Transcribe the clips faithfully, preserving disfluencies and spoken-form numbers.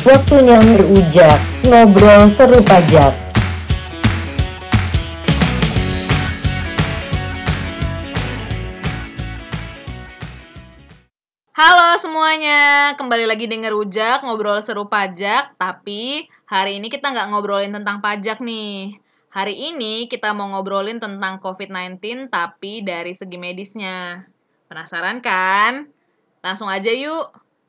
Waktunya ngerujak, ngobrol seru pajak. Halo semuanya, kembali lagi denger Rujak, ngobrol seru pajak. Tapi hari ini kita nggak ngobrolin tentang pajak nih. Hari ini kita mau ngobrolin tentang covid sembilan belas tapi dari segi medisnya. Penasaran kan? Langsung aja yuk.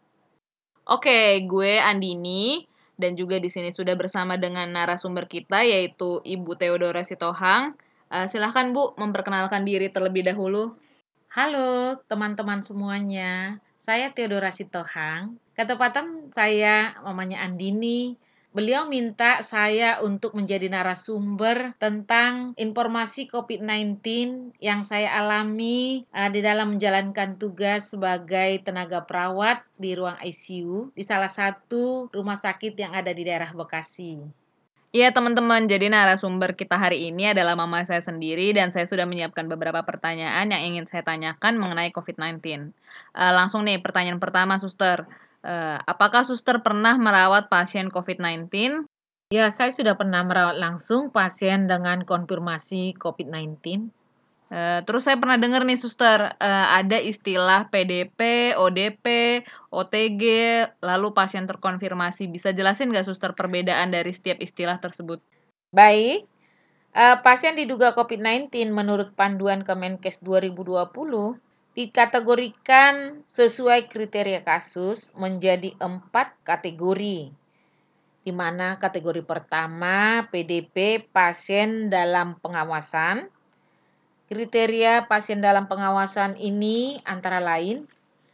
Oke, gue Andini dan juga di sini sudah bersama dengan narasumber kita yaitu Ibu Theodora Sitohang. Uh, silahkan Bu memperkenalkan diri terlebih dahulu. Halo teman-teman semuanya, saya Theodora Sitohang. Ketepatan saya mamanya Andini. Beliau minta saya untuk menjadi narasumber tentang informasi covid sembilan belas yang saya alami uh, di dalam menjalankan tugas sebagai tenaga perawat di ruang I C U di salah satu rumah sakit yang ada di daerah Bekasi. Iya teman-teman, jadi narasumber kita hari ini adalah mama saya sendiri dan saya sudah menyiapkan beberapa pertanyaan yang ingin saya tanyakan mengenai covid sembilan belas. Uh, langsung nih, pertanyaan pertama Suster. Uh, apakah Suster pernah merawat pasien covid sembilan belas? Ya, saya sudah pernah merawat langsung pasien dengan konfirmasi covid sembilan belas. Uh, terus saya pernah dengar nih Suster, uh, ada istilah P D P, O D P, O T G, lalu pasien terkonfirmasi. Bisa jelasin nggak Suster perbedaan dari setiap istilah tersebut? Baik, uh, pasien diduga covid sembilan belas menurut panduan Kemenkes dua ribu dua puluh dikategorikan sesuai kriteria kasus menjadi empat kategori, di mana kategori pertama P D P pasien dalam pengawasan. Kriteria pasien dalam pengawasan ini antara lain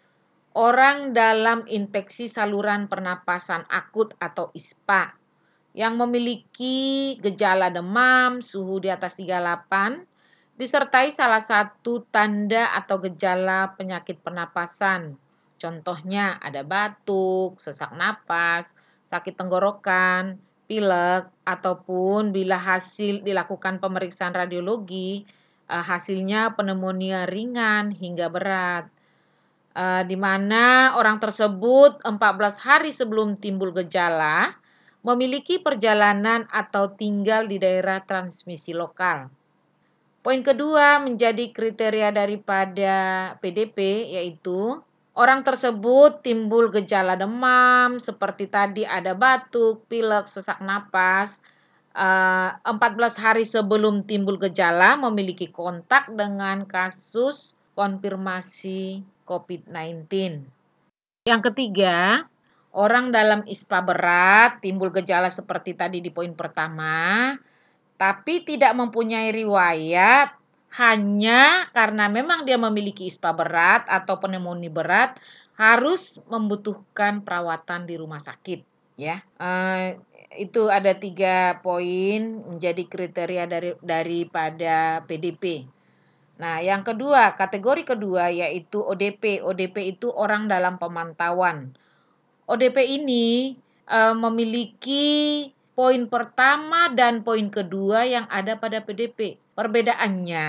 orang dalam infeksi saluran pernapasan akut atau I S P A yang memiliki gejala demam, suhu di atas tiga puluh delapan, disertai salah satu tanda atau gejala penyakit pernapasan. Contohnya ada batuk, sesak napas, sakit tenggorokan, pilek, ataupun bila hasil dilakukan pemeriksaan radiologi, hasilnya pneumonia ringan hingga berat. Uh, di mana orang tersebut empat belas hari sebelum timbul gejala memiliki perjalanan atau tinggal di daerah transmisi lokal. Poin kedua menjadi kriteria daripada P D P yaitu orang tersebut timbul gejala demam seperti tadi ada batuk, pilek, sesak napas. Uh, empat belas hari sebelum timbul gejala memiliki kontak dengan kasus konfirmasi covid sembilan belas. Yang ketiga, orang dalam I S P A berat timbul gejala seperti tadi di poin pertama, tapi tidak mempunyai riwayat hanya karena memang dia memiliki I S P A berat atau pneumonia berat harus membutuhkan perawatan di rumah sakit. Ya, uh, itu ada tiga poin menjadi kriteria dari daripada P D P. Nah, yang kedua, kategori kedua yaitu O D P. O D P itu orang dalam pemantauan. O D P ini uh, memiliki poin pertama dan poin kedua yang ada pada P D P. Perbedaannya,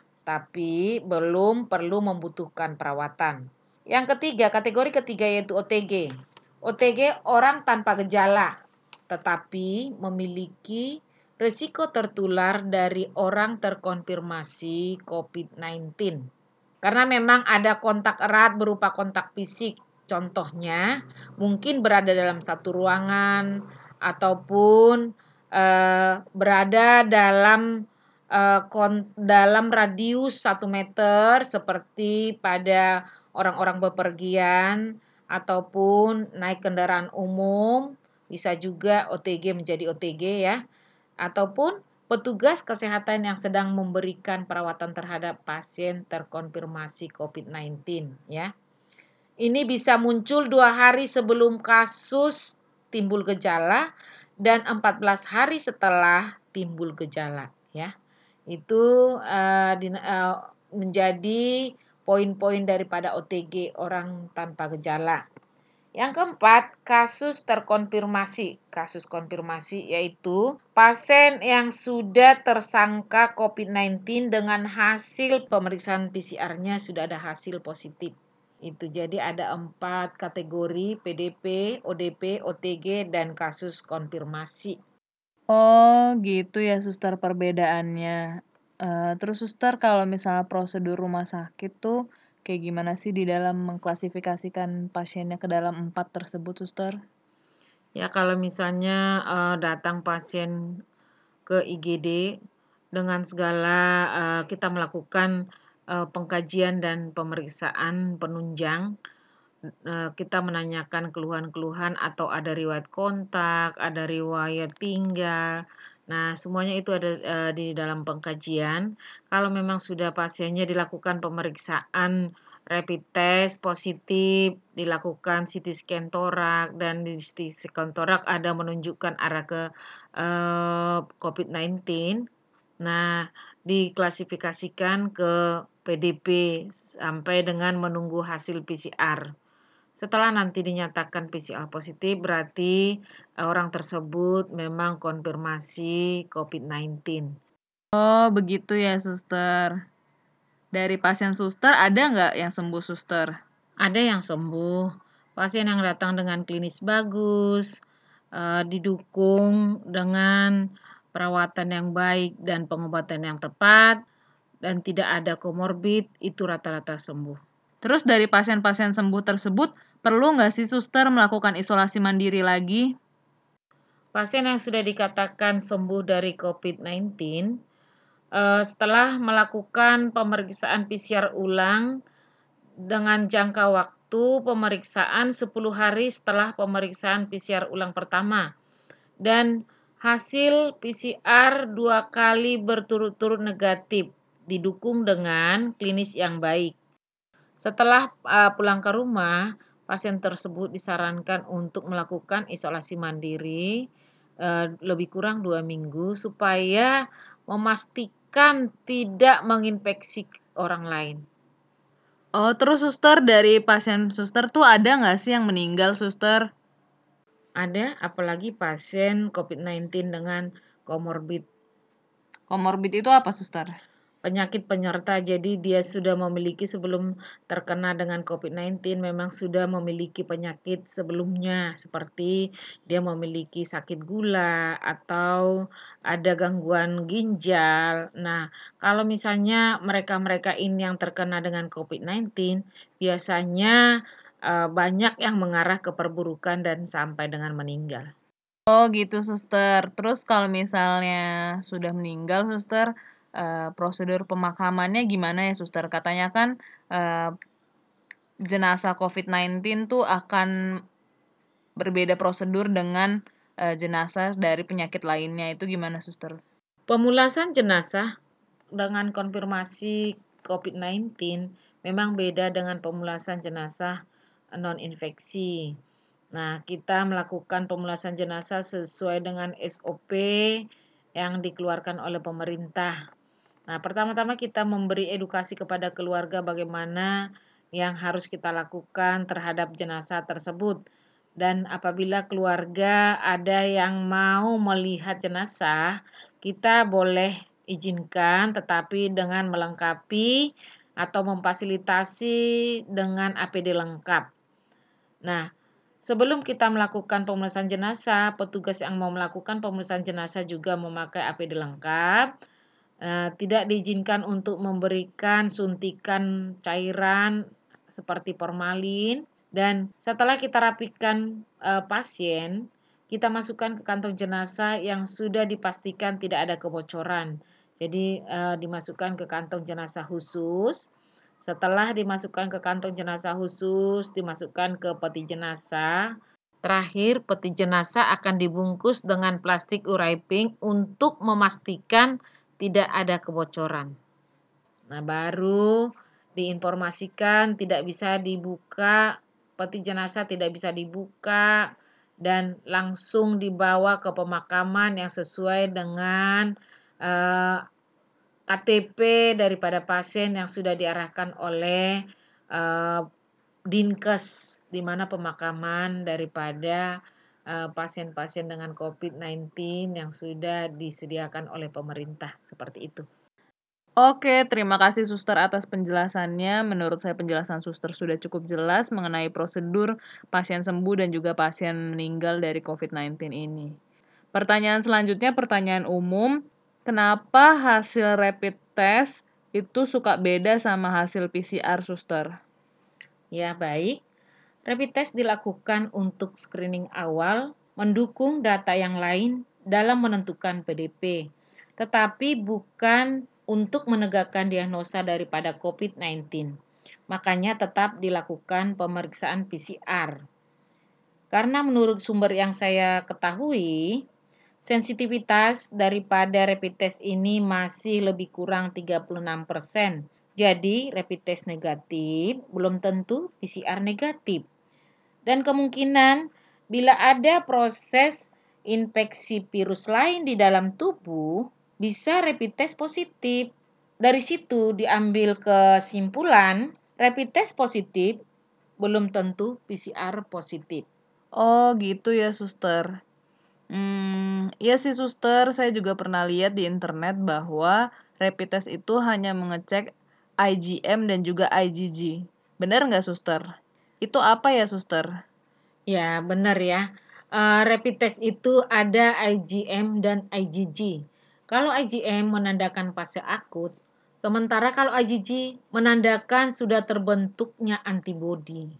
tapi belum perlu membutuhkan perawatan. Yang ketiga, kategori ketiga yaitu O T G. O T G orang tanpa gejala, tetapi memiliki risiko tertular dari orang terkonfirmasi covid sembilan belas. Karena memang ada kontak erat berupa kontak fisik. Contohnya, mungkin berada dalam satu ruangan ataupun uh, berada dalam uh, kon- dalam radius satu meter seperti pada orang-orang bepergian ataupun naik kendaraan umum, bisa juga O T G menjadi O T G ya, ataupun petugas kesehatan yang sedang memberikan perawatan terhadap pasien terkonfirmasi covid sembilan belas ya. Ini bisa muncul dua hari sebelum kasus timbul gejala dan empat belas hari setelah timbul gejala ya. Itu uh, di, uh, menjadi poin-poin daripada O T G orang tanpa gejala. Yang keempat, kasus terkonfirmasi. Kasus konfirmasi yaitu pasien yang sudah tersangka covid sembilan belas dengan hasil pemeriksaan P C R-nya sudah ada hasil positif. Itu jadi ada empat kategori: P D P, O D P, O T G, dan kasus konfirmasi. Oh, gitu ya suster perbedaannya. Eh, terus suster kalau misalnya prosedur rumah sakit tuh kayak gimana sih di dalam mengklasifikasikan pasiennya ke dalam empat tersebut suster? Ya kalau misalnya eh, datang pasien ke I G D dengan segala eh, kita melakukan eh, pengkajian dan pemeriksaan penunjang, eh, kita menanyakan keluhan-keluhan atau ada riwayat kontak, ada riwayat tinggal. Nah, semuanya itu ada eh, di dalam pengkajian. Kalau memang sudah pasiennya dilakukan pemeriksaan rapid test positif, dilakukan C T scan torak, dan di C T scan torak ada menunjukkan arah ke eh, covid sembilan belas. Nah, diklasifikasikan ke P D P sampai dengan menunggu hasil P C R. Setelah nanti dinyatakan P C R positif, berarti eh, orang tersebut memang konfirmasi covid sembilan belas. Oh, begitu ya suster. Dari pasien suster ada nggak yang sembuh suster? Ada yang sembuh, pasien yang datang dengan klinis bagus, eh, didukung dengan perawatan yang baik dan pengobatan yang tepat, dan tidak ada komorbid, itu rata-rata sembuh. Terus dari pasien-pasien sembuh tersebut, perlu nggak sih suster melakukan isolasi mandiri lagi? Pasien yang sudah dikatakan sembuh dari covid sembilan belas, eh, setelah melakukan pemeriksaan P C R ulang dengan jangka waktu pemeriksaan sepuluh hari setelah pemeriksaan P C R ulang pertama, dan hasil P C R dua kali berturut-turut negatif, didukung dengan klinis yang baik. Setelah uh, pulang ke rumah, pasien tersebut disarankan untuk melakukan isolasi mandiri uh, lebih kurang dua minggu supaya memastikan tidak menginfeksi orang lain. Oh, terus suster dari pasien suster tuh ada nggak sih yang meninggal suster? Ada, apalagi pasien covid sembilan belas dengan komorbid. Komorbid itu apa suster? Penyakit penyerta, jadi dia sudah memiliki sebelum terkena dengan covid sembilan belas memang sudah memiliki penyakit sebelumnya, seperti dia memiliki sakit gula atau ada gangguan ginjal. Nah, kalau misalnya mereka-mereka ini yang terkena dengan covid sembilan belas biasanya eh, banyak yang mengarah ke perburukan dan sampai dengan meninggal. Oh gitu suster. Terus kalau misalnya sudah meninggal suster, eh, prosedur pemakamannya gimana ya suster? Katanya kan eh, jenazah covid sembilan belas tuh akan berbeda prosedur dengan eh, jenazah dari penyakit lainnya. Itu gimana suster? Pemulasan jenazah dengan konfirmasi covid sembilan belas memang beda dengan pemulasan jenazah non-infeksi. Nah, kita melakukan pemulasan jenazah sesuai dengan S O P yang dikeluarkan oleh pemerintah. Nah, pertama-tama kita memberi edukasi kepada keluarga bagaimana yang harus kita lakukan terhadap jenazah tersebut. Dan apabila keluarga ada yang mau melihat jenazah, kita boleh izinkan, tetapi dengan melengkapi atau memfasilitasi dengan A P D lengkap. Nah, sebelum kita melakukan pemulasan jenazah, petugas yang mau melakukan pemulasan jenazah juga memakai A P D lengkap. Eh, tidak diizinkan untuk memberikan suntikan cairan seperti formalin, dan setelah kita rapikan eh, pasien, kita masukkan ke kantong jenazah yang sudah dipastikan tidak ada kebocoran. Jadi eh, dimasukkan ke kantong jenazah khusus. Setelah dimasukkan ke kantong jenazah khusus, dimasukkan ke peti jenazah. Terakhir, peti jenazah akan dibungkus dengan plastik wrapping untuk memastikan tidak ada kebocoran. Nah, baru diinformasikan tidak bisa dibuka, peti jenazah tidak bisa dibuka, dan langsung dibawa ke pemakaman yang sesuai dengan eh, K T P daripada pasien yang sudah diarahkan oleh eh, Dinkes, di mana pemakaman daripada eh, pasien-pasien dengan covid sembilan belas yang sudah disediakan oleh pemerintah, seperti itu. Oke, terima kasih Suster atas penjelasannya. Menurut saya penjelasan Suster sudah cukup jelas mengenai prosedur pasien sembuh dan juga pasien meninggal dari covid sembilan belas ini. Pertanyaan selanjutnya pertanyaan umum. Kenapa hasil rapid test itu suka beda sama hasil P C R, Suster? Ya, baik. Rapid test dilakukan untuk screening awal, mendukung data yang lain dalam menentukan P D P, tetapi bukan untuk menegakkan diagnosa daripada covid sembilan belas. Makanya tetap dilakukan pemeriksaan P C R. Karena menurut sumber yang saya ketahui, sensitivitas daripada rapid test ini masih lebih kurang tiga puluh enam persen. Jadi, rapid test negatif belum tentu P C R negatif. Dan kemungkinan bila ada proses infeksi virus lain di dalam tubuh, bisa rapid test positif. Dari situ diambil kesimpulan, rapid test positif belum tentu P C R positif. Oh, gitu ya, Suster. Hmm, iya sih, Suster. Saya juga pernah lihat di internet bahwa rapid test itu hanya mengecek I G M dan juga I G G. Benar nggak, Suster? Itu apa ya, Suster? Ya, benar ya. Eh, rapid test itu ada I G M dan I G G. Kalau I G M menandakan fase akut, sementara kalau I G G menandakan sudah terbentuknya antibodi.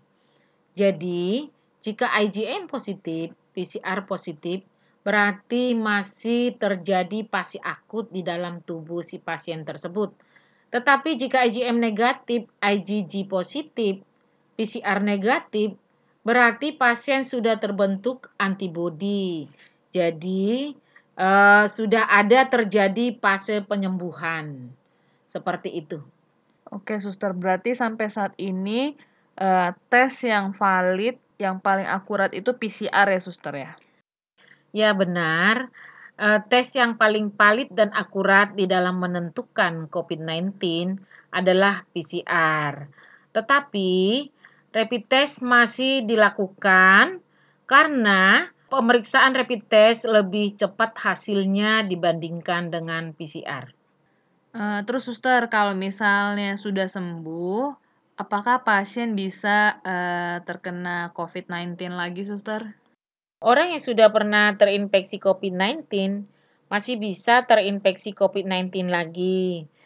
Jadi, jika I G M positif, P C R positif, berarti masih terjadi fase akut di dalam tubuh si pasien tersebut. Tetapi jika I G M negatif, I G G positif, P C R negatif, berarti pasien sudah terbentuk antibodi. Jadi, eh, sudah ada terjadi fase penyembuhan. Seperti itu. Oke, Suster. Berarti sampai saat ini eh, tes yang valid, yang paling akurat itu P C R ya, Suster ya? Ya, benar. Eh, tes yang paling valid dan akurat di dalam menentukan covid sembilan belas adalah P C R. Tetapi, rapid test masih dilakukan karena pemeriksaan rapid test lebih cepat hasilnya dibandingkan dengan P C R. Eh, terus, Suster, kalau misalnya sudah sembuh, apakah pasien bisa eh, terkena covid sembilan belas lagi, Suster? Orang yang sudah pernah terinfeksi covid sembilan belas masih bisa terinfeksi covid sembilan belas lagi.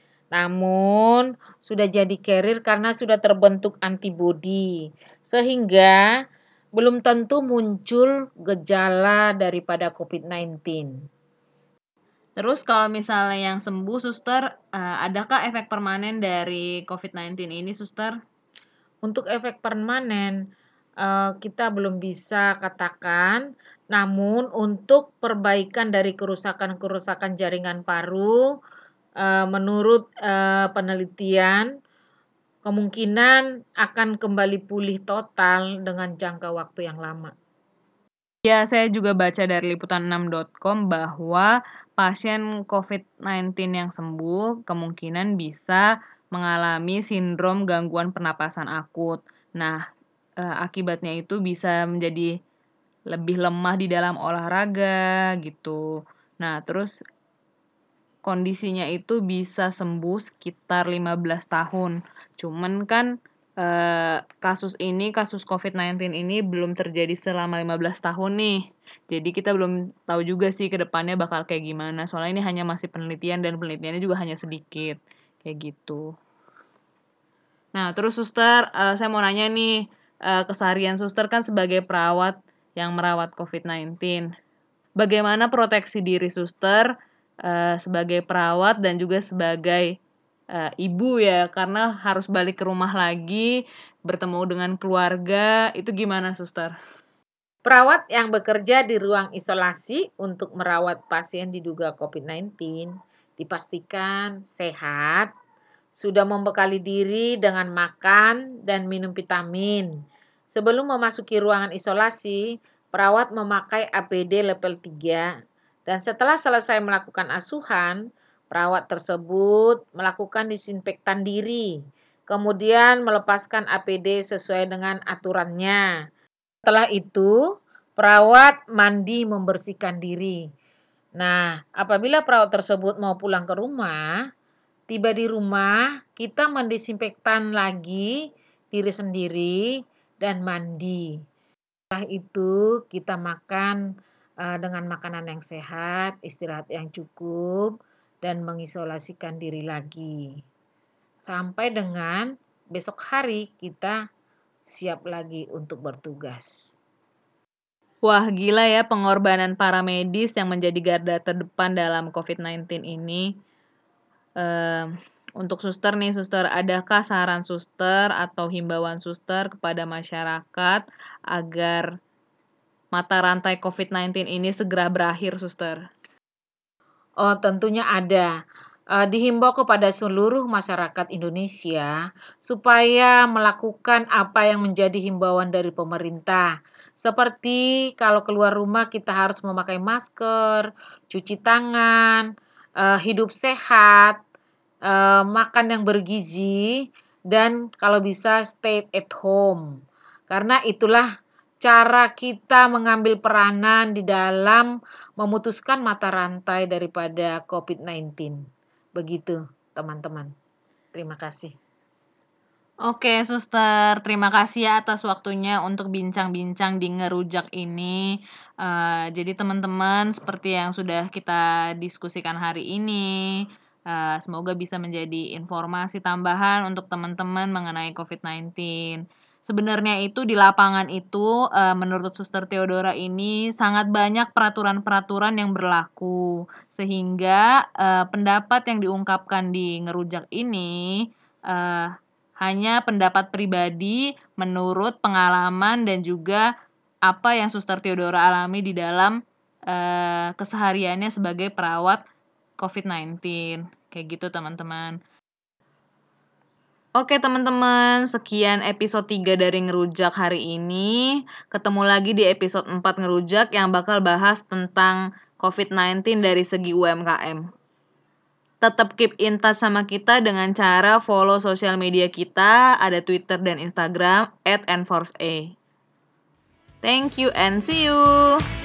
Namun, sudah jadi carrier karena sudah terbentuk antibodi. Sehingga belum tentu muncul gejala daripada covid sembilan belas. Terus kalau misalnya yang sembuh, Suster, eh, adakah efek permanen dari covid sembilan belas ini, Suster? Untuk efek permanen, eh, kita belum bisa katakan. Namun, untuk perbaikan dari kerusakan-kerusakan jaringan paru, eh, menurut eh, penelitian, kemungkinan akan kembali pulih total dengan jangka waktu yang lama. Ya, saya juga baca dari liputan enam titik com bahwa pasien covid sembilan belas yang sembuh kemungkinan bisa mengalami sindrom gangguan pernapasan akut. Nah, eh, akibatnya itu bisa menjadi lebih lemah di dalam olahraga gitu. Nah, terus kondisinya itu bisa sembuh sekitar lima belas tahun. Cuman kan eh, kasus ini, kasus covid sembilan belas ini belum terjadi selama lima belas tahun nih. Jadi kita belum tahu juga sih ke depannya bakal kayak gimana. Soalnya ini hanya masih penelitian dan penelitiannya juga hanya sedikit. Kayak gitu. Nah, terus Suster, eh, saya mau nanya nih, eh, keseharian Suster kan sebagai perawat yang merawat covid sembilan belas. Bagaimana proteksi diri Suster eh, sebagai perawat dan juga sebagai eh, ibu ya, karena harus balik ke rumah lagi, bertemu dengan keluarga, itu gimana Suster? Perawat yang bekerja di ruang isolasi untuk merawat pasien diduga covid sembilan belas dipastikan sehat, sudah membekali diri dengan makan dan minum vitamin. Sebelum memasuki ruangan isolasi, perawat memakai A P D level tiga dan setelah selesai melakukan asuhan, perawat tersebut melakukan disinfektan diri, kemudian melepaskan A P D sesuai dengan aturannya. Setelah itu, perawat mandi membersihkan diri. Nah, apabila perawat tersebut mau pulang ke rumah, Tiba di rumah, kita mendisinfektan lagi diri sendiri dan mandi. Setelah itu kita makan uh, dengan makanan yang sehat, istirahat yang cukup, dan mengisolasikan diri lagi. Sampai dengan besok hari kita siap lagi untuk bertugas. Wah, gila ya pengorbanan para medis yang menjadi garda terdepan dalam covid sembilan belas ini. Um, untuk suster nih, suster, adakah saran suster atau himbauan suster kepada masyarakat agar mata rantai covid sembilan belas ini segera berakhir, suster? Oh, tentunya ada. Uh, dihimbau kepada seluruh masyarakat Indonesia supaya melakukan apa yang menjadi himbauan dari pemerintah. Seperti kalau keluar rumah kita harus memakai masker, cuci tangan, uh, hidup sehat, uh, makan yang bergizi, dan kalau bisa stay at home. Karena itulah cara kita mengambil peranan di dalam memutuskan mata rantai daripada covid sembilan belas. Begitu, teman-teman. Terima kasih. Oke, suster. Terima kasih ya atas waktunya untuk bincang-bincang di Ngerujak ini. Uh, jadi teman-teman, seperti yang sudah kita diskusikan hari ini, uh, semoga bisa menjadi informasi tambahan untuk teman-teman mengenai covid sembilan belas. Sebenarnya itu di lapangan itu, uh, menurut Suster Theodora ini sangat banyak peraturan-peraturan yang berlaku. Sehingga uh, pendapat yang diungkapkan di Ngerujak ini uh, hanya pendapat pribadi menurut pengalaman dan juga apa yang Suster Theodora alami di dalam uh, kesehariannya sebagai perawat covid sembilan belas. Kayak gitu teman-teman. Oke teman-teman, sekian episode tiga dari Ngerujak hari ini. Ketemu lagi di episode empat Ngerujak yang bakal bahas tentang covid sembilan belas dari segi U M K M. Tetap keep in touch sama kita dengan cara follow sosial media kita, ada Twitter dan Instagram at enforce a. Thank you and see you!